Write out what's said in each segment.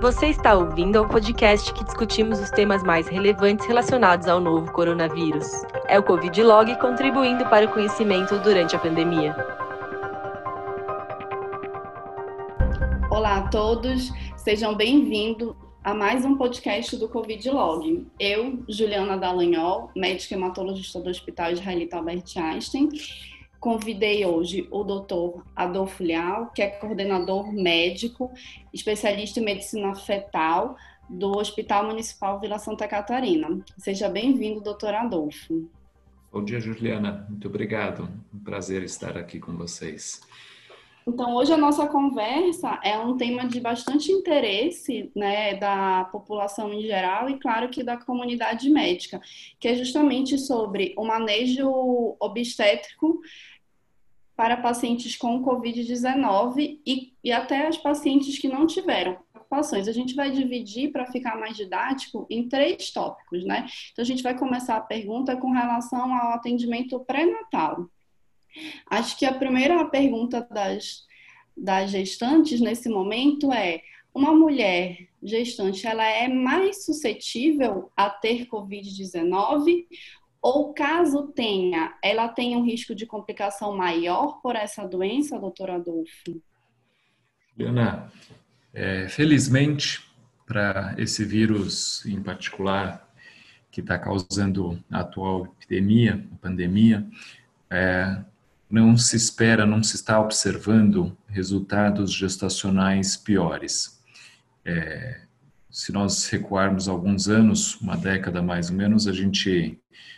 Você está ouvindo ao podcast que discutimos os temas mais relevantes relacionados ao novo coronavírus. É o Covid Log contribuindo para o conhecimento durante a pandemia. Olá a todos, sejam bem-vindos a mais um podcast do Covid Log. Eu, Juliana Dallagnol, médica hematologista do Hospital Israelita Albert Einstein, convidei hoje o Dr. Adolfo Leal, que é coordenador médico, especialista em medicina fetal do Hospital Municipal Vila Santa Catarina. Seja bem-vindo, Dr. Adolfo. Bom dia, Juliana. Muito obrigado. Um prazer estar aqui com vocês. Então, hoje a nossa conversa é um tema de bastante interesse, né, da população em geral e, claro, que da comunidade médica, que é justamente sobre o manejo obstétrico para pacientes com Covid-19 e até as pacientes que não tiveram preocupações. A gente vai dividir, para ficar mais didático, em 3 tópicos, né? Então, a gente vai começar a pergunta com relação ao atendimento pré-natal. Acho que a primeira pergunta das gestantes nesse momento é: uma mulher gestante, ela é mais suscetível a ter Covid-19? Ou caso tenha, ela tem um risco de complicação maior por essa doença, doutor Adolfo? Juliana, felizmente, para esse vírus em particular que está causando a atual epidemia, a pandemia, não se espera, não se está observando resultados gestacionais piores. Se nós recuarmos alguns anos, uma década mais ou menos, a gente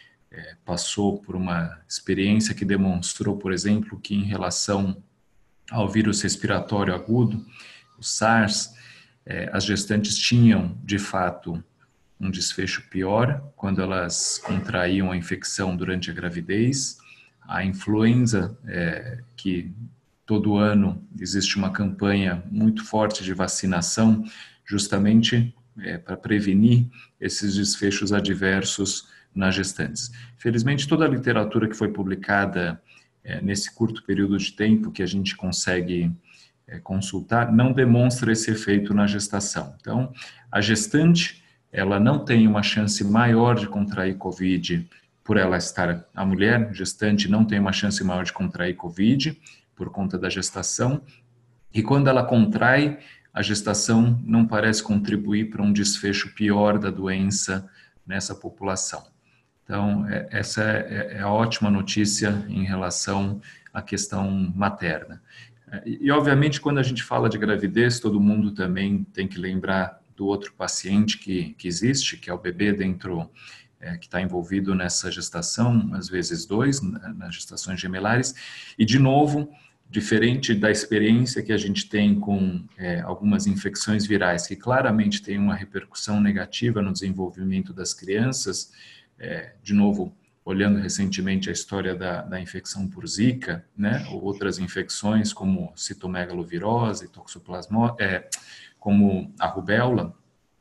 passou por uma experiência que demonstrou, por exemplo, que em relação ao vírus respiratório agudo, o SARS, as gestantes tinham, de fato, um desfecho pior quando elas contraíam a infecção durante a gravidez. A influenza, que todo ano existe uma campanha muito forte de vacinação, justamente para prevenir esses desfechos adversos nas gestantes. Felizmente, toda a literatura que foi publicada nesse curto período de tempo que a gente consegue consultar não demonstra esse efeito na gestação. Então, a gestante, ela não tem uma chance maior de contrair COVID por ela estar, a mulher gestante não tem uma chance maior de contrair COVID por conta da gestação, e quando ela contrai, a gestação não parece contribuir para um desfecho pior da doença nessa população. Então, essa é a ótima notícia em relação à questão materna. E, obviamente, quando a gente fala de gravidez, todo mundo também tem que lembrar do outro paciente que existe, que é o bebê dentro, que está envolvido nessa gestação, às vezes 2, nas gestações gemelares. E, de novo, diferente da experiência que a gente tem com algumas infecções virais, que claramente tem uma repercussão negativa no desenvolvimento das crianças, de novo, olhando recentemente a história da infecção por Zika, né, ou outras infecções como citomegalovirose, toxoplasmose, como a rubéola,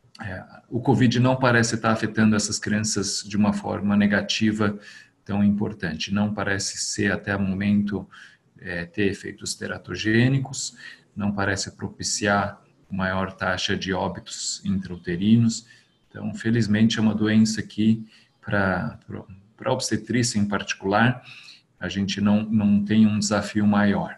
o Covid não parece estar afetando essas crianças de uma forma negativa tão importante. Não parece ser, até o momento, ter efeitos teratogênicos, não parece propiciar maior taxa de óbitos intrauterinos. Então, felizmente, é uma doença que, para a obstetrícia em particular, a gente não tem um desafio maior.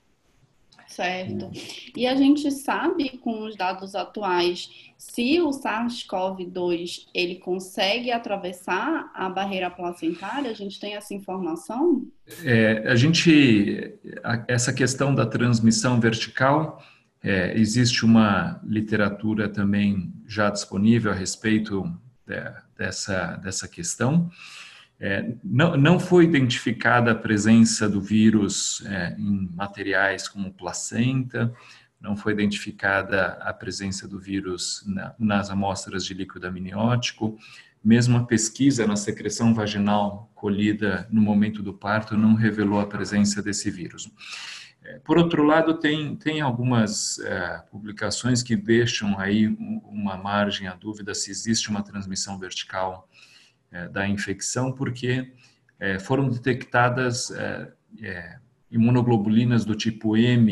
Certo. E a gente sabe, com os dados atuais, se o SARS-CoV-2 ele consegue atravessar a barreira placentária? A gente tem essa informação? Essa questão da transmissão vertical, existe uma literatura também já disponível a respeito dessa questão. Não foi identificada a presença do vírus em materiais como placenta, não foi identificada a presença do vírus nas amostras de líquido amniótico, mesmo a pesquisa na secreção vaginal colhida no momento do parto não revelou a presença desse vírus. Por outro lado, tem algumas publicações que deixam aí uma margem à dúvida se existe uma transmissão vertical da infecção, porque foram detectadas imunoglobulinas do tipo M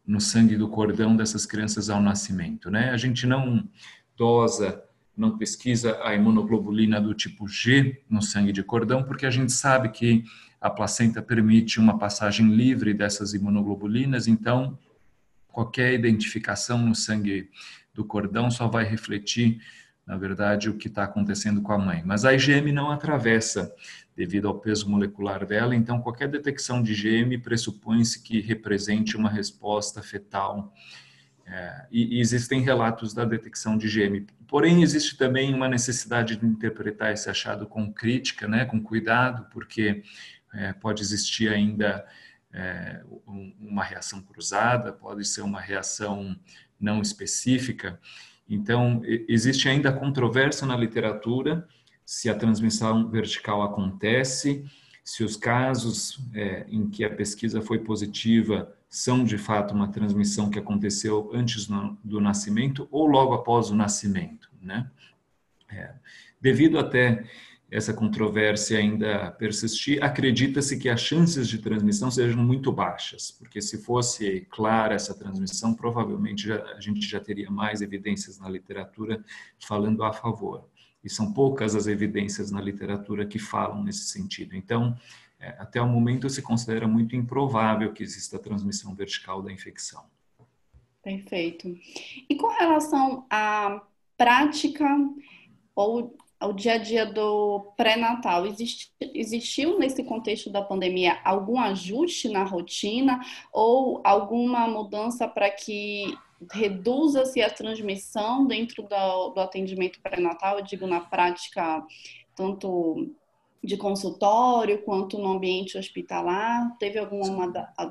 no sangue do cordão dessas crianças ao nascimento, né? A gente não dosa, não pesquisa a imunoglobulina do tipo G no sangue de cordão, porque a gente sabe que a placenta permite uma passagem livre dessas imunoglobulinas, então qualquer identificação no sangue do cordão só vai refletir, na verdade, o que está acontecendo com a mãe. Mas a IgM não atravessa devido ao peso molecular dela, então qualquer detecção de IgM pressupõe-se que represente uma resposta fetal. E existem relatos da detecção de IgM. Porém, existe também uma necessidade de interpretar esse achado com crítica, né, com cuidado, porque pode existir ainda uma reação cruzada, pode ser uma reação não específica. Então, existe ainda controvérsia na literatura se a transmissão vertical acontece, se os casos em que a pesquisa foi positiva são de fato uma transmissão que aconteceu antes do nascimento ou logo após o nascimento, né? Devido até essa controvérsia ainda persistir, acredita-se que as chances de transmissão sejam muito baixas, porque se fosse clara essa transmissão, provavelmente a gente já teria mais evidências na literatura falando a favor. E são poucas as evidências na literatura que falam nesse sentido. Então, até o momento se considera muito improvável que exista transmissão vertical da infecção. Perfeito. E com relação à prática ou ao dia a dia do pré-natal, existiu nesse contexto da pandemia algum ajuste na rotina ou alguma mudança para que reduza-se a transmissão dentro do atendimento pré-natal, eu digo na prática, tanto de consultório quanto no ambiente hospitalar? Teve alguma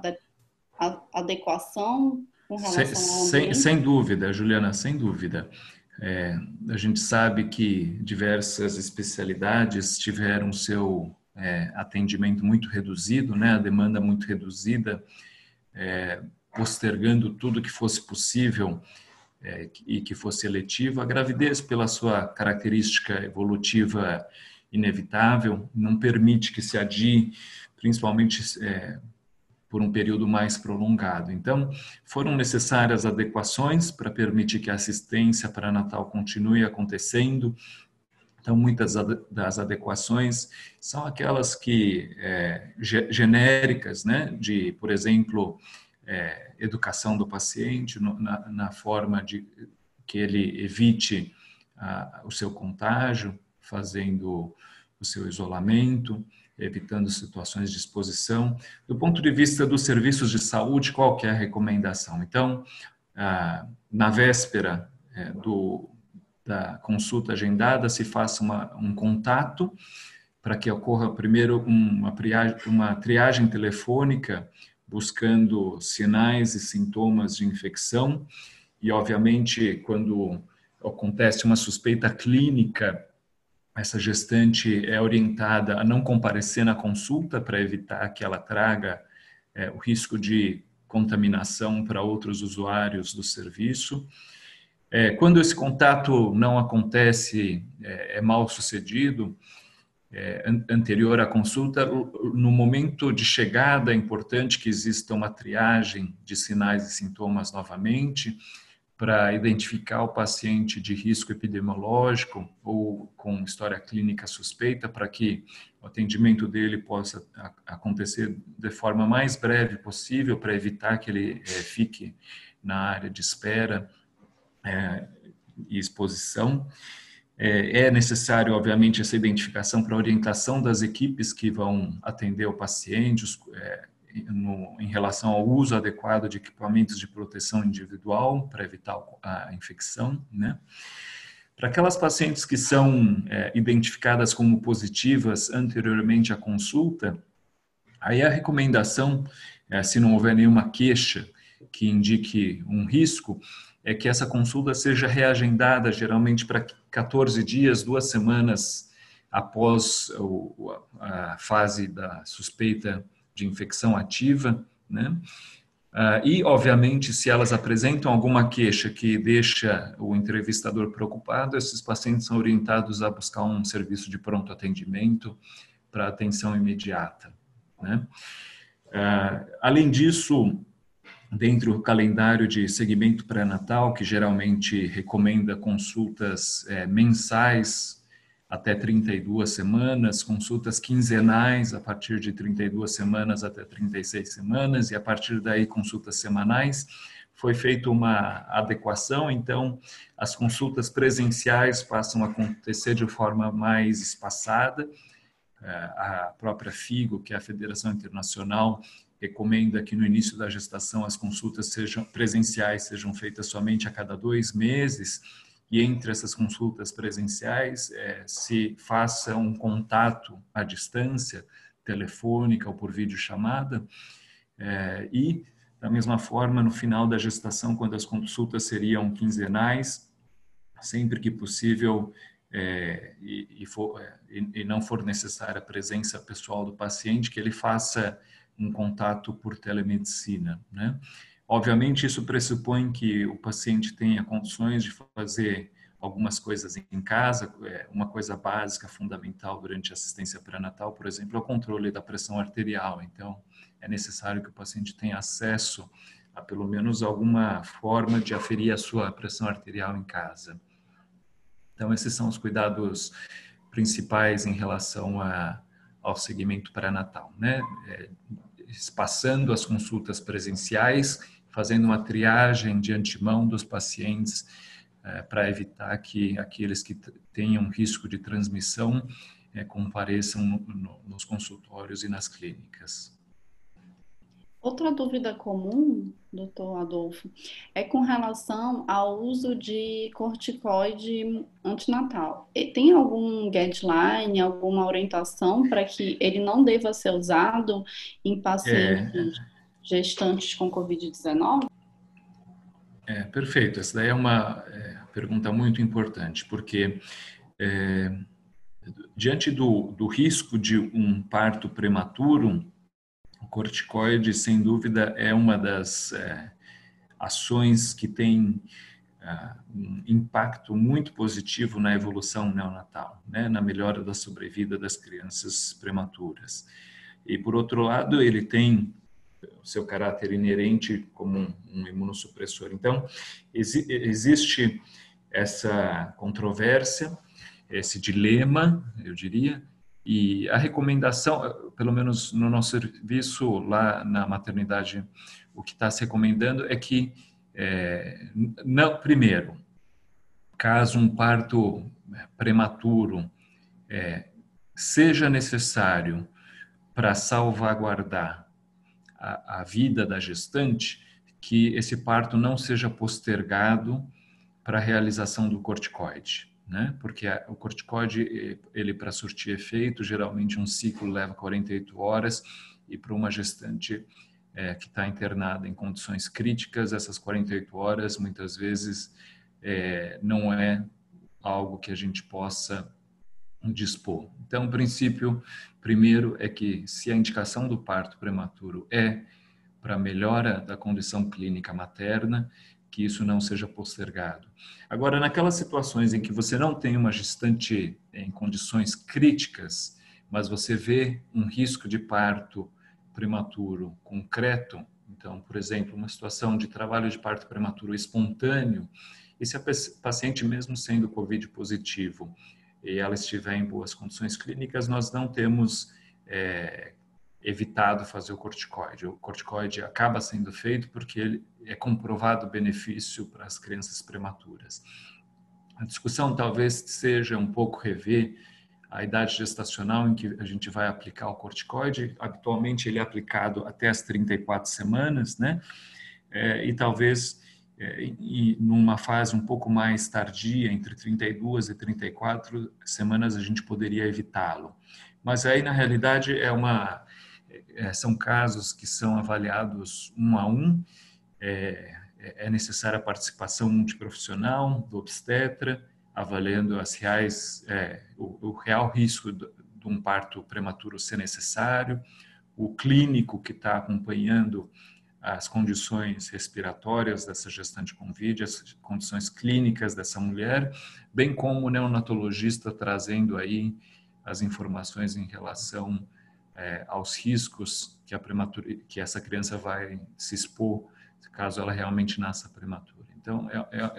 adequação com relação ao ambiente? Sem dúvida, Juliana, sem dúvida. A gente sabe que diversas especialidades tiveram seu atendimento muito reduzido, né? A demanda muito reduzida, postergando tudo que fosse possível e que fosse eletivo. A gravidez, pela sua característica evolutiva inevitável, não permite que se adie, principalmente por um período mais prolongado. Então, foram necessárias adequações para permitir que a assistência pré-natal continue acontecendo. Então, muitas das adequações são aquelas que genéricas, né, de, por exemplo, educação do paciente na forma de que ele evite o seu contágio, fazendo o seu isolamento, evitando situações de exposição. Do ponto de vista dos serviços de saúde, qual que é a recomendação? Então, na véspera da consulta agendada, se faça um contato para que ocorra primeiro uma triagem telefônica, buscando sinais e sintomas de infecção. E, obviamente, quando acontece uma suspeita clínica, essa gestante é orientada a não comparecer na consulta para evitar que ela traga o risco de contaminação para outros usuários do serviço. Quando esse contato não acontece, é mal sucedido, anterior à consulta, no momento de chegada é importante que exista uma triagem de sinais e sintomas novamente, para identificar o paciente de risco epidemiológico ou com história clínica suspeita, para que o atendimento dele possa acontecer de forma mais breve possível, para evitar que ele fique na área de espera e exposição. É necessário, obviamente, essa identificação para orientação das equipes que vão atender o paciente, em relação ao uso adequado de equipamentos de proteção individual para evitar a infecção, né? Para aquelas pacientes que são identificadas como positivas anteriormente à consulta, aí a recomendação, se não houver nenhuma queixa que indique um risco, é que essa consulta seja reagendada geralmente para 14 dias, 2 semanas após a fase da suspeita de infecção ativa, né? E, obviamente, se elas apresentam alguma queixa que deixa o entrevistador preocupado, esses pacientes são orientados a buscar um serviço de pronto atendimento para atenção imediata, né? Além disso, dentro do calendário de segmento pré-natal, que geralmente recomenda consultas mensais até 32 semanas, consultas quinzenais a partir de 32 semanas até 36 semanas, e a partir daí consultas semanais. Foi feita uma adequação, então as consultas presenciais passam a acontecer de forma mais espaçada. A própria FIGO, que é a Federação Internacional, recomenda que no início da gestação as consultas presenciais sejam feitas somente a cada 2 meses, e entre essas consultas presenciais se faça um contato à distância, telefônica ou por videochamada, e da mesma forma, no final da gestação, quando as consultas seriam quinzenais, sempre que possível, e não for necessária a presença pessoal do paciente, que ele faça um contato por telemedicina, né? Obviamente, isso pressupõe que o paciente tenha condições de fazer algumas coisas em casa. Uma coisa básica, fundamental durante a assistência pré-natal, por exemplo, é o controle da pressão arterial. Então, é necessário que o paciente tenha acesso a pelo menos alguma forma de aferir a sua pressão arterial em casa. Então, esses são os cuidados principais em relação ao segmento pré-natal, né? Espaçando as consultas presenciais, fazendo uma triagem de antemão dos pacientes para evitar que aqueles que tenham risco de transmissão compareçam nos consultórios e nas clínicas. Outra dúvida comum, doutor Adolfo, é com relação ao uso de corticoide antinatal. Tem algum guideline, alguma orientação para que ele não deva ser usado em pacientes gestantes com Covid-19? Perfeito. Essa daí é uma pergunta muito importante, porque diante do risco de um parto prematuro, o corticoide, sem dúvida, é uma das ações que tem um impacto muito positivo na evolução neonatal, né, na melhora da sobrevida das crianças prematuras. E, por outro lado, ele tem o seu caráter inerente como um imunossupressor. Então, existe essa controvérsia, esse dilema, eu diria, e a recomendação, pelo menos no nosso serviço lá na maternidade, o que está se recomendando é que, não, primeiro, caso um parto prematuro seja necessário para salvaguardar a vida da gestante, que esse parto não seja postergado para a realização do corticoide, né? Porque o corticoide, ele para surtir efeito, geralmente um ciclo leva 48 horas, e para uma gestante que está internada em condições críticas, essas 48 horas muitas vezes não é algo que a gente possa dispor. Então, o princípio primeiro é que, se a indicação do parto prematuro é para melhora da condição clínica materna, que isso não seja postergado. Agora, naquelas situações em que você não tem uma gestante em condições críticas, mas você vê um risco de parto prematuro concreto, então, por exemplo, uma situação de trabalho de parto prematuro espontâneo, e se a paciente, mesmo sendo COVID positivo, e ela estiver em boas condições clínicas, nós não temos evitado fazer o corticoide. O corticoide acaba sendo feito porque ele é comprovado benefício para as crianças prematuras. A discussão talvez seja um pouco rever a idade gestacional em que a gente vai aplicar o corticoide. Habitualmente ele é aplicado até as 34 semanas, né? E talvez e numa fase um pouco mais tardia, entre 32 e 34 semanas, a gente poderia evitá-lo. Mas aí, na realidade, são casos que são avaliados um a um. É necessária a participação multiprofissional do obstetra, avaliando o real risco de um parto prematuro ser necessário, o clínico que está acompanhando as condições respiratórias dessa gestante com COVID, as condições clínicas dessa mulher, bem como o neonatologista trazendo aí as informações em relação aos riscos que essa criança vai se expor caso ela realmente nasça prematura. Então,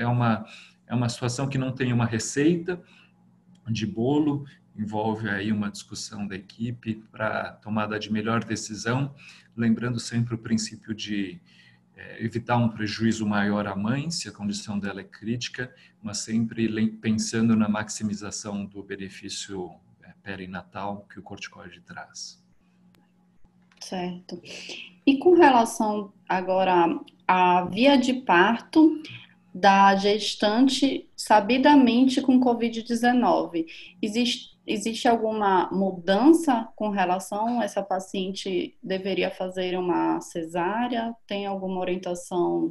é uma situação que não tem uma receita de bolo, envolve aí uma discussão da equipe para tomada de melhor decisão, lembrando sempre o princípio de evitar um prejuízo maior à mãe, se a condição dela é crítica, mas sempre pensando na maximização do benefício perinatal que o corticoide traz. Certo. E com relação agora à via de parto da gestante sabidamente com Covid-19, existe alguma mudança com relação a essa paciente deveria fazer uma cesárea? Tem alguma orientação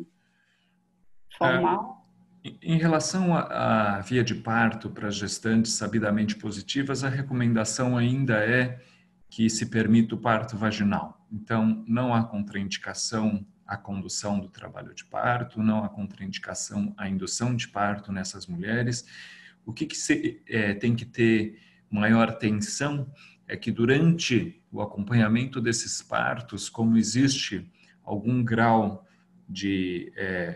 formal? Em relação à via de parto para gestantes sabidamente positivas, a recomendação ainda é que se permita o parto vaginal. Então, não há contraindicação à condução do trabalho de parto, não há contraindicação à indução de parto nessas mulheres. O que tem que ter maior atenção é que durante o acompanhamento desses partos, como existe algum grau de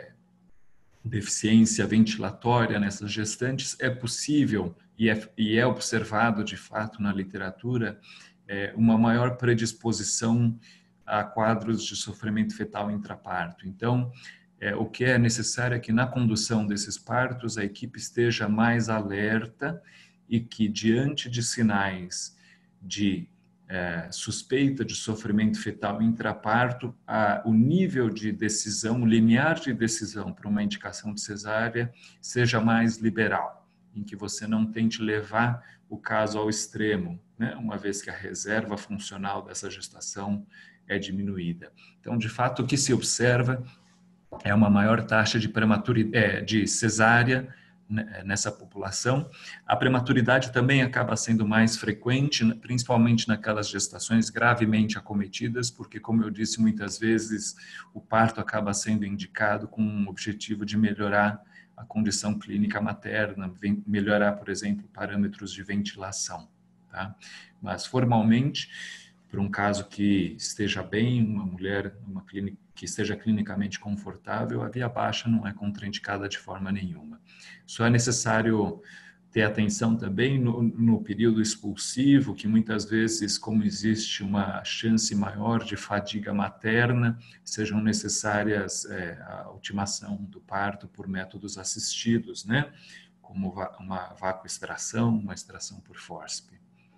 deficiência ventilatória nessas gestantes, é possível e é observado de fato na literatura uma maior predisposição a quadros de sofrimento fetal intraparto. Então, o que é necessário é que na condução desses partos a equipe esteja mais alerta e que diante de sinais de suspeita de sofrimento fetal intraparto, o nível de decisão, o limiar de decisão para uma indicação de cesárea seja mais liberal, em que você não tente levar o caso ao extremo, né? Uma vez que a reserva funcional dessa gestação é diminuída. Então, de fato, o que se observa é uma maior taxa de cesárea nessa população. A prematuridade também acaba sendo mais frequente, principalmente naquelas gestações gravemente acometidas, porque, como eu disse, muitas vezes o parto acaba sendo indicado com o objetivo de melhorar a condição clínica materna, melhorar, por exemplo, parâmetros de ventilação. Tá? Mas, formalmente, para um caso que esteja bem, uma mulher que esteja clinicamente confortável, a via baixa não é contraindicada de forma nenhuma. Só é necessário ter atenção também no período expulsivo, que muitas vezes, como existe uma chance maior de fadiga materna, sejam necessárias a ultimação do parto por métodos assistidos, né? Como uma vacoextração, uma extração por fórceps.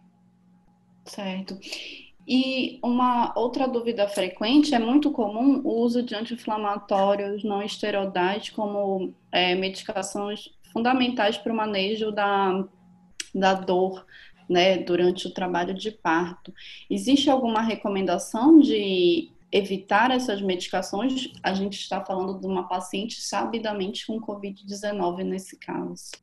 Certo. E uma outra dúvida frequente, é muito comum o uso de anti-inflamatórios não esteroidais como medicações fundamentais para o manejo da dor, né, durante o trabalho de parto. Existe alguma recomendação de evitar essas medicações? A gente está falando de uma paciente sabidamente com Covid-19 nesse caso.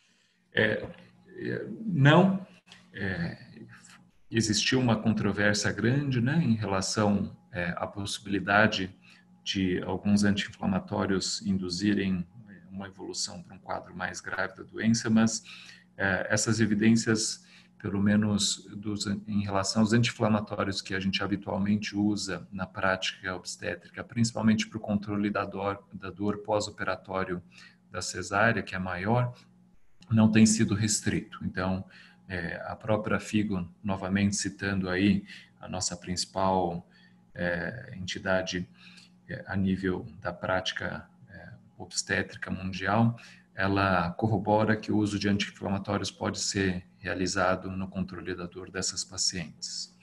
Não. Existiu uma controvérsia grande, né, em relação à possibilidade de alguns anti-inflamatórios induzirem uma evolução para um quadro mais grave da doença, mas essas evidências, pelo menos em relação aos anti-inflamatórios que a gente habitualmente usa na prática obstétrica, principalmente para o controle da dor pós-operatório da cesárea, que é maior, não tem sido restrito. Então, a própria FIGO, novamente citando aí a nossa principal entidade a nível da prática obstétrica mundial, ela corrobora que o uso de anti-inflamatórios pode ser realizado no controle da dor dessas pacientes.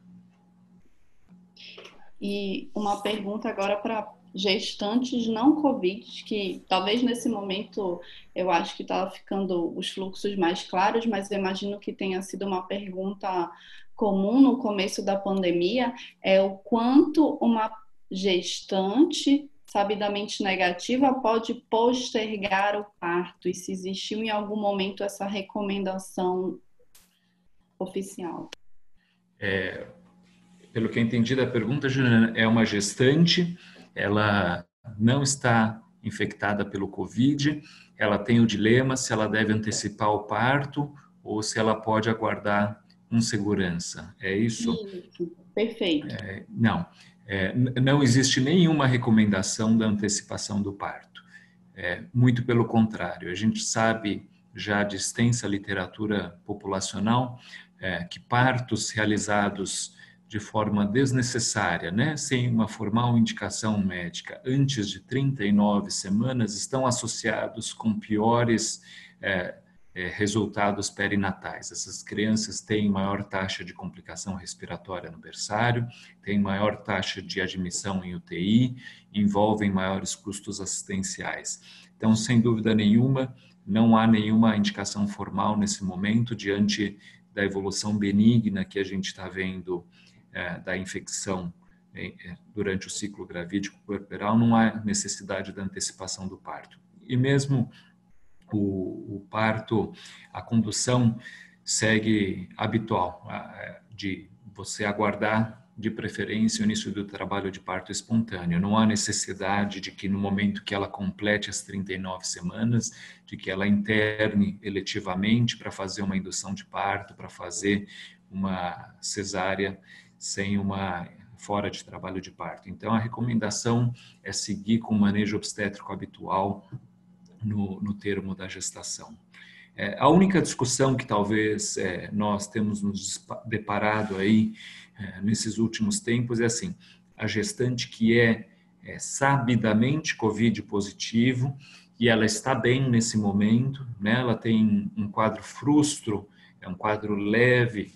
E uma pergunta agora para gestantes não Covid, que talvez nesse momento eu acho que está ficando os fluxos mais claros, mas eu imagino que tenha sido uma pergunta comum no começo da pandemia, é o quanto uma gestante sabidamente negativa pode postergar o parto e se existiu em algum momento essa recomendação oficial. Pelo que eu entendi da pergunta, Juliana, é uma gestante, ela não está infectada pelo Covid, ela tem o dilema se ela deve antecipar o parto ou se ela pode aguardar com segurança. É isso? Isso, perfeito. Não. Não existe nenhuma recomendação da antecipação do parto. Muito pelo contrário, a gente sabe já de extensa literatura populacional que partos realizados de forma desnecessária, né, sem uma formal indicação médica, antes de 39 semanas, estão associados com piores resultados perinatais. Essas crianças têm maior taxa de complicação respiratória no berçário, têm maior taxa de admissão em UTI, envolvem maiores custos assistenciais. Então, sem dúvida nenhuma, não há nenhuma indicação formal nesse momento, diante da evolução benigna que a gente está vendo da infecção durante o ciclo gravídico puerperal, não há necessidade da antecipação do parto. E mesmo o parto, a condução segue habitual, de você aguardar de preferência o início do trabalho de parto espontâneo. Não há necessidade de que no momento que ela complete as 39 semanas, de que ela interne eletivamente para fazer uma indução de parto, para fazer uma cesárea sem fora de trabalho de parto. Então, a recomendação é seguir com o manejo obstétrico habitual no termo da gestação. A única discussão que talvez nós temos nos deparado aí nesses últimos tempos é assim, a gestante que é sabidamente Covid positivo e ela está bem nesse momento, né? Ela tem um quadro frustro, um quadro leve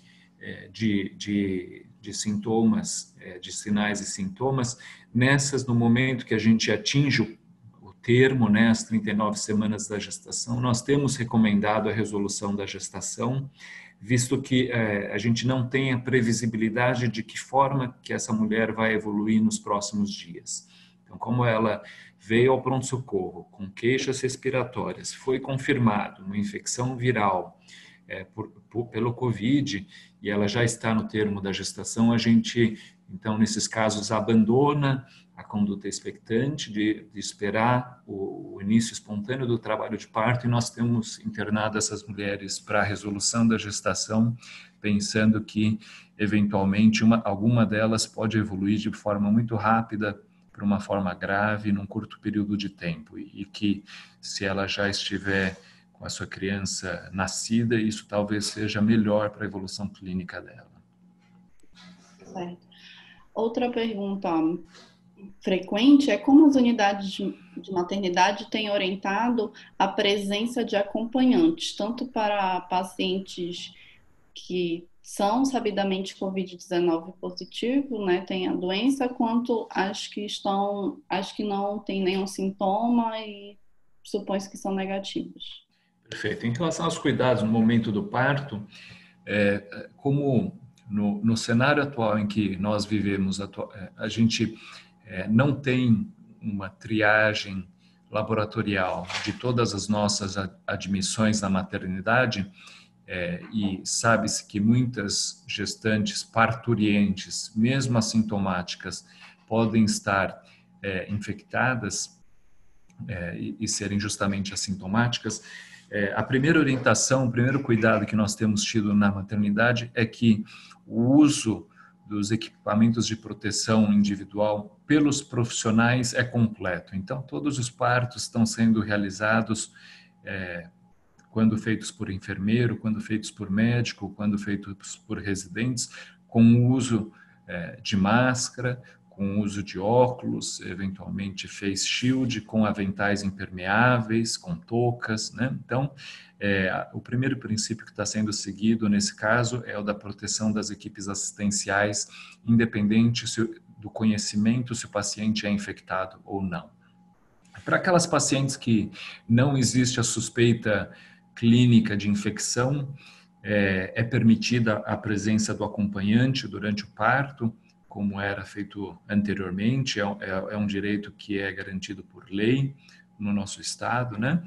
de sintomas, de sinais e sintomas, no momento que a gente atinge o termo, né, as 39 semanas da gestação, nós temos recomendado a resolução da gestação, visto que a gente não tem a previsibilidade de que forma que essa mulher vai evoluir nos próximos dias. Então, como ela veio ao pronto-socorro com queixas respiratórias, foi confirmado uma infecção viral pelo Covid, e ela já está no termo da gestação, a gente, então, nesses casos, abandona a conduta expectante de esperar o início espontâneo do trabalho de parto, e nós temos internado essas mulheres para a resolução da gestação, pensando que, eventualmente, alguma delas pode evoluir de forma muito rápida para uma forma grave num curto período de tempo, e que, se ela já estiver com a sua criança nascida, isso talvez seja melhor para a evolução clínica dela. Certo. Outra pergunta frequente é como as unidades de maternidade têm orientado a presença de acompanhantes, tanto para pacientes que são sabidamente Covid-19 positivo, né, têm a doença, quanto as que não têm nenhum sintoma e supõe-se que são negativos. Perfeito. Em relação aos cuidados no momento do parto, como no cenário atual em que nós vivemos, a gente não tem uma triagem laboratorial de todas as nossas admissões na maternidade, e sabe-se que muitas gestantes parturientes, mesmo assintomáticas, podem estar infectadas e serem justamente assintomáticas. A primeira orientação, o primeiro cuidado que nós temos tido na maternidade é que o uso dos equipamentos de proteção individual pelos profissionais é completo. Então, todos os partos estão sendo realizados quando feitos por enfermeiro, quando feitos por médico, quando feitos por residentes, com o uso de máscara, com o uso de óculos, eventualmente face shield, com aventais impermeáveis, com toucas, né? Então, o primeiro princípio que está sendo seguido nesse caso é o da proteção das equipes assistenciais, independente do conhecimento se o paciente é infectado ou não. Para aquelas pacientes que não existe a suspeita clínica de infecção, é permitida a presença do acompanhante durante o parto, como era feito anteriormente, é um direito que é garantido por lei no nosso estado, né?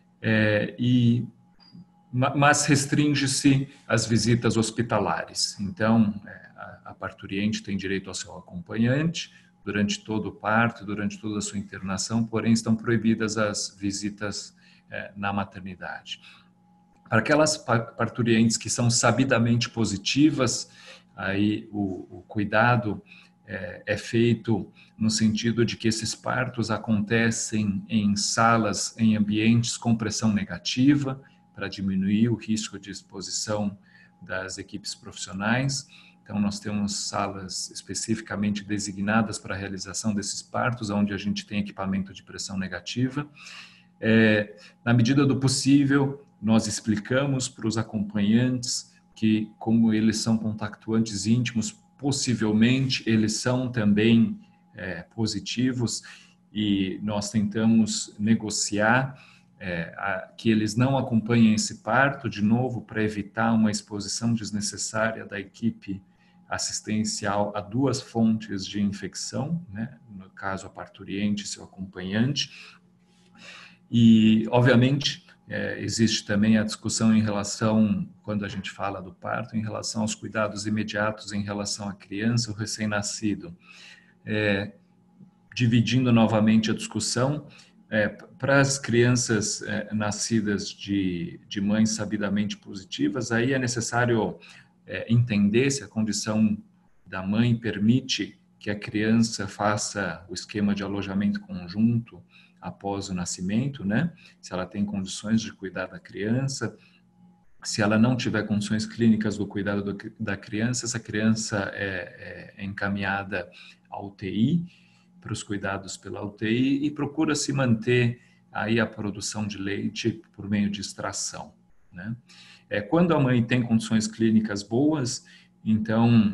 Mas restringe-se às visitas hospitalares. Então, a parturiente tem direito ao seu acompanhante durante todo o parto, durante toda a sua internação, porém estão proibidas as visitas na maternidade. Para aquelas parturientes que são sabidamente positivas, aí o cuidado é feito no sentido de que esses partos acontecem em salas, em ambientes com pressão negativa, para diminuir o risco de exposição das equipes profissionais. Então, nós temos salas especificamente designadas para a realização desses partos, onde a gente tem equipamento de pressão negativa. Na medida do possível, nós explicamos para os acompanhantes que, como eles são contactuantes íntimos, possivelmente eles são também positivos, e nós tentamos negociar que eles não acompanhem esse parto, de novo, para evitar uma exposição desnecessária da equipe assistencial a duas fontes de infecção, né? No caso, a parturiente e seu acompanhante. E, obviamente, existe também a discussão em relação, quando a gente fala do parto, em relação aos cuidados imediatos em relação à criança, o recém-nascido. Dividindo novamente a discussão, para as crianças nascidas de mães sabidamente positivas, aí é necessário entender se a condição da mãe permite que a criança faça o esquema de alojamento conjunto após o nascimento, né? Se ela tem condições de cuidar da criança. Se ela não tiver condições clínicas do cuidado da criança, essa criança é encaminhada à UTI, para os cuidados pela UTI, e procura se manter aí a produção de leite por meio de extração, né? Quando a mãe tem condições clínicas boas, então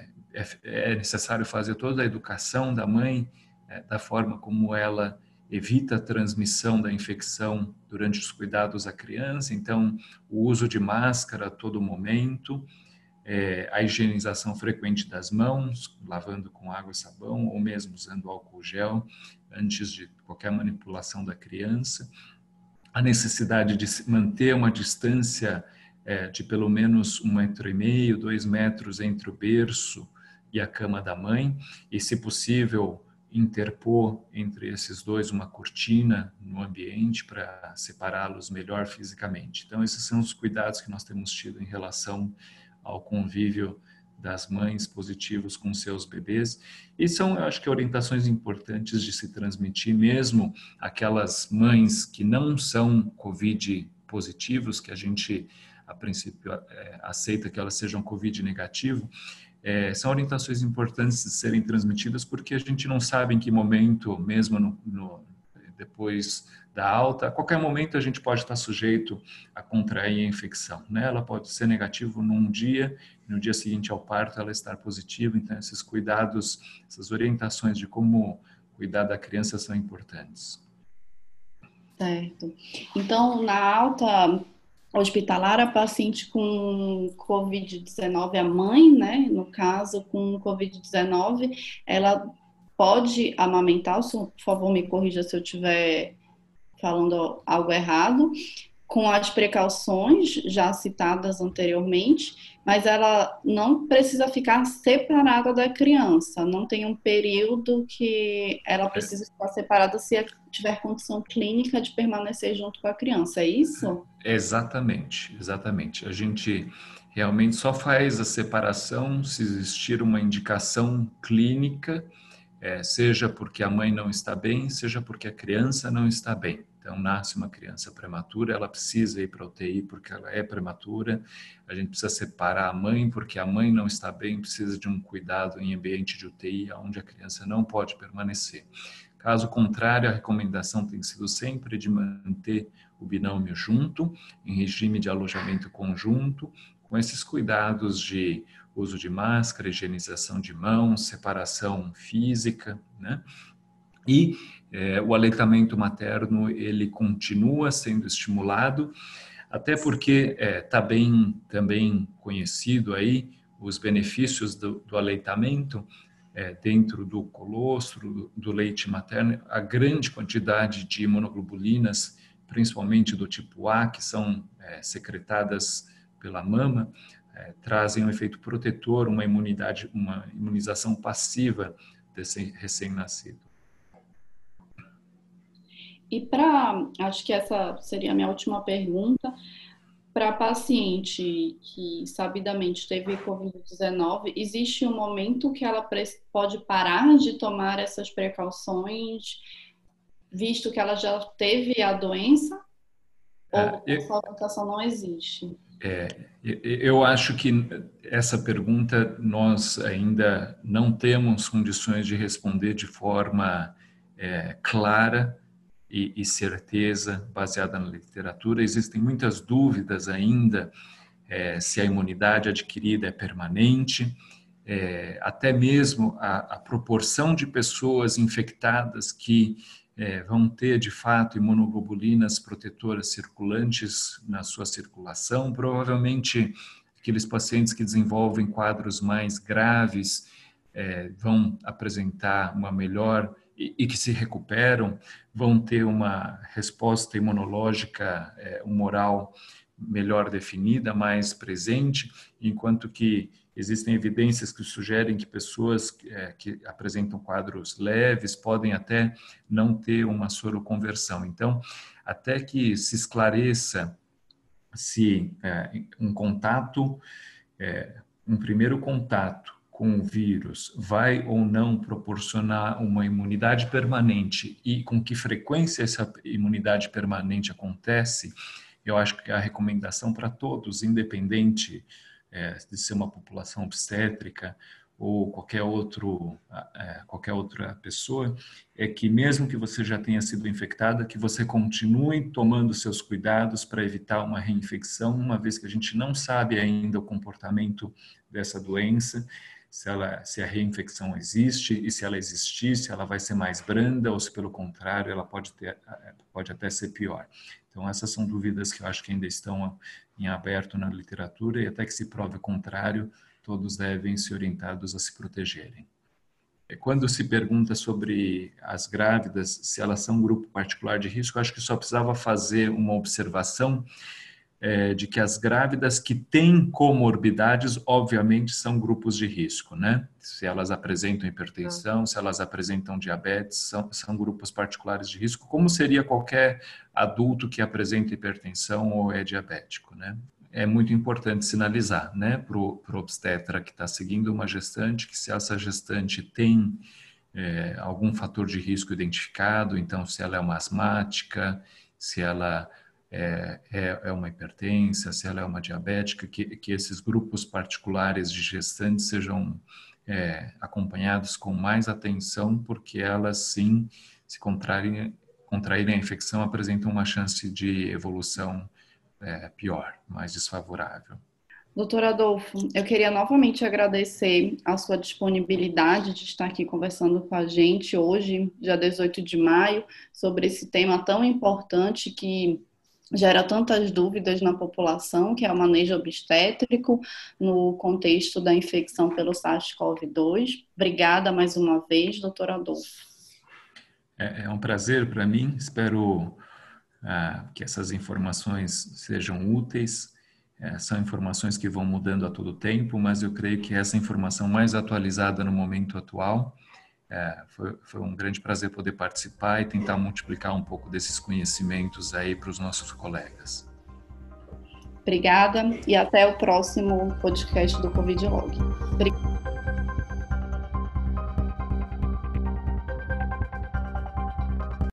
é necessário fazer toda a educação da mãe, da forma como ela evita a transmissão da infecção durante os cuidados à criança. Então, o uso de máscara a todo momento, a higienização frequente das mãos, lavando com água e sabão, ou mesmo usando álcool gel antes de qualquer manipulação da criança. A necessidade de manter uma distância de pelo menos 1,5 m, 2 metros entre o berço e a cama da mãe, e, se possível, interpor entre esses dois uma cortina no ambiente para separá-los melhor fisicamente. Então, esses são os cuidados que nós temos tido em relação ao convívio das mães positivos com seus bebês, e são, eu acho que, orientações importantes de se transmitir, mesmo aquelas mães que não são COVID positivos, que a gente, a princípio, aceita que elas sejam COVID negativo. São orientações importantes de serem transmitidas, porque a gente não sabe em que momento, mesmo depois da alta, a qualquer momento a gente pode estar sujeito a contrair a infecção, né? Ela pode ser negativa num dia, no dia seguinte ao parto ela estar positiva. Então, esses cuidados, essas orientações de como cuidar da criança são importantes. Certo. Então, na alta hospitalar, a paciente com Covid-19, a mãe, né, no caso, com Covid-19, ela pode amamentar, por favor, me corrija se eu estiver falando algo errado, com as precauções já citadas anteriormente, mas ela não precisa ficar separada da criança, não tem um período que ela precisa ficar separada se tiver condição clínica de permanecer junto com a criança, é isso? Exatamente, exatamente. A gente realmente só faz a separação se existir uma indicação clínica, seja porque a mãe não está bem, seja porque a criança não está bem. Então, nasce uma criança prematura, ela precisa ir para a UTI porque ela é prematura, a gente precisa separar a mãe porque a mãe não está bem, precisa de um cuidado em ambiente de UTI, onde a criança não pode permanecer. Caso contrário, a recomendação tem sido sempre de manter o binômio junto, em regime de alojamento conjunto, com esses cuidados de uso de máscara, higienização de mãos, separação física, né? E o aleitamento materno, ele continua sendo estimulado, até porque está bem também conhecido aí os benefícios do aleitamento dentro do colostro, do leite materno, a grande quantidade de imunoglobulinas, principalmente do tipo A, que são secretadas pela mama, trazem um efeito protetor, uma imunização passiva desse recém-nascido. E acho que essa seria a minha última pergunta, para paciente que sabidamente teve Covid-19, existe um momento que ela pode parar de tomar essas precauções, visto que ela já teve a doença, ou essa orientação não existe? Eu acho que essa pergunta nós ainda não temos condições de responder de forma clara e certeza, baseada na literatura. Existem muitas dúvidas ainda se a imunidade adquirida é permanente, até mesmo a proporção de pessoas infectadas que vão ter, de fato, imunoglobulinas protetoras circulantes na sua circulação. Provavelmente, aqueles pacientes que desenvolvem quadros mais graves vão apresentar uma melhor e que se recuperam, vão ter uma resposta imunológica humoral melhor definida, mais presente, enquanto que existem evidências que sugerem que pessoas que apresentam quadros leves podem até não ter uma soroconversão. Então, até que se esclareça se um primeiro contato com o vírus vai ou não proporcionar uma imunidade permanente e com que frequência essa imunidade permanente acontece, eu acho que a recomendação para todos, independente de ser uma população obstétrica ou qualquer outra pessoa, é que mesmo que você já tenha sido infectada, que você continue tomando seus cuidados para evitar uma reinfecção, uma vez que a gente não sabe ainda o comportamento dessa doença, se a reinfecção existe e se ela existir, se ela vai ser mais branda ou se pelo contrário ela pode até ser pior. Então essas são dúvidas que eu acho que ainda estão em aberto na literatura e até que se prove o contrário, todos devem ser orientados a se protegerem. Quando se pergunta sobre as grávidas, se elas são um grupo particular de risco, eu acho que só precisava fazer uma observação de que as grávidas que têm comorbidades, obviamente, são grupos de risco, né? Se elas apresentam hipertensão, se elas apresentam diabetes, são grupos particulares de risco, como seria qualquer adulto que apresenta hipertensão ou é diabético, né? É muito importante sinalizar, né, para o obstetra que está seguindo uma gestante, que se essa gestante tem algum fator de risco identificado, então se ela é uma asmática, se ela é uma hipertensa, se ela é uma diabética, que esses grupos particulares de gestantes sejam acompanhados com mais atenção, porque elas sim, se contraírem a infecção, apresentam uma chance de evolução pior, mais desfavorável. Doutor Adolfo, eu queria novamente agradecer a sua disponibilidade de estar aqui conversando com a gente hoje, dia 18 de maio, sobre esse tema tão importante que gera tantas dúvidas na população, que é o manejo obstétrico no contexto da infecção pelo SARS-CoV-2. Obrigada mais uma vez, doutor Adolfo. É um prazer para mim, espero que essas informações sejam úteis. São informações que vão mudando a todo tempo, mas eu creio que essa informação mais atualizada no momento atual foi um grande prazer poder participar e tentar multiplicar um pouco desses conhecimentos aí para os nossos colegas. Obrigada e até o próximo podcast do Covid Log. Obrigada.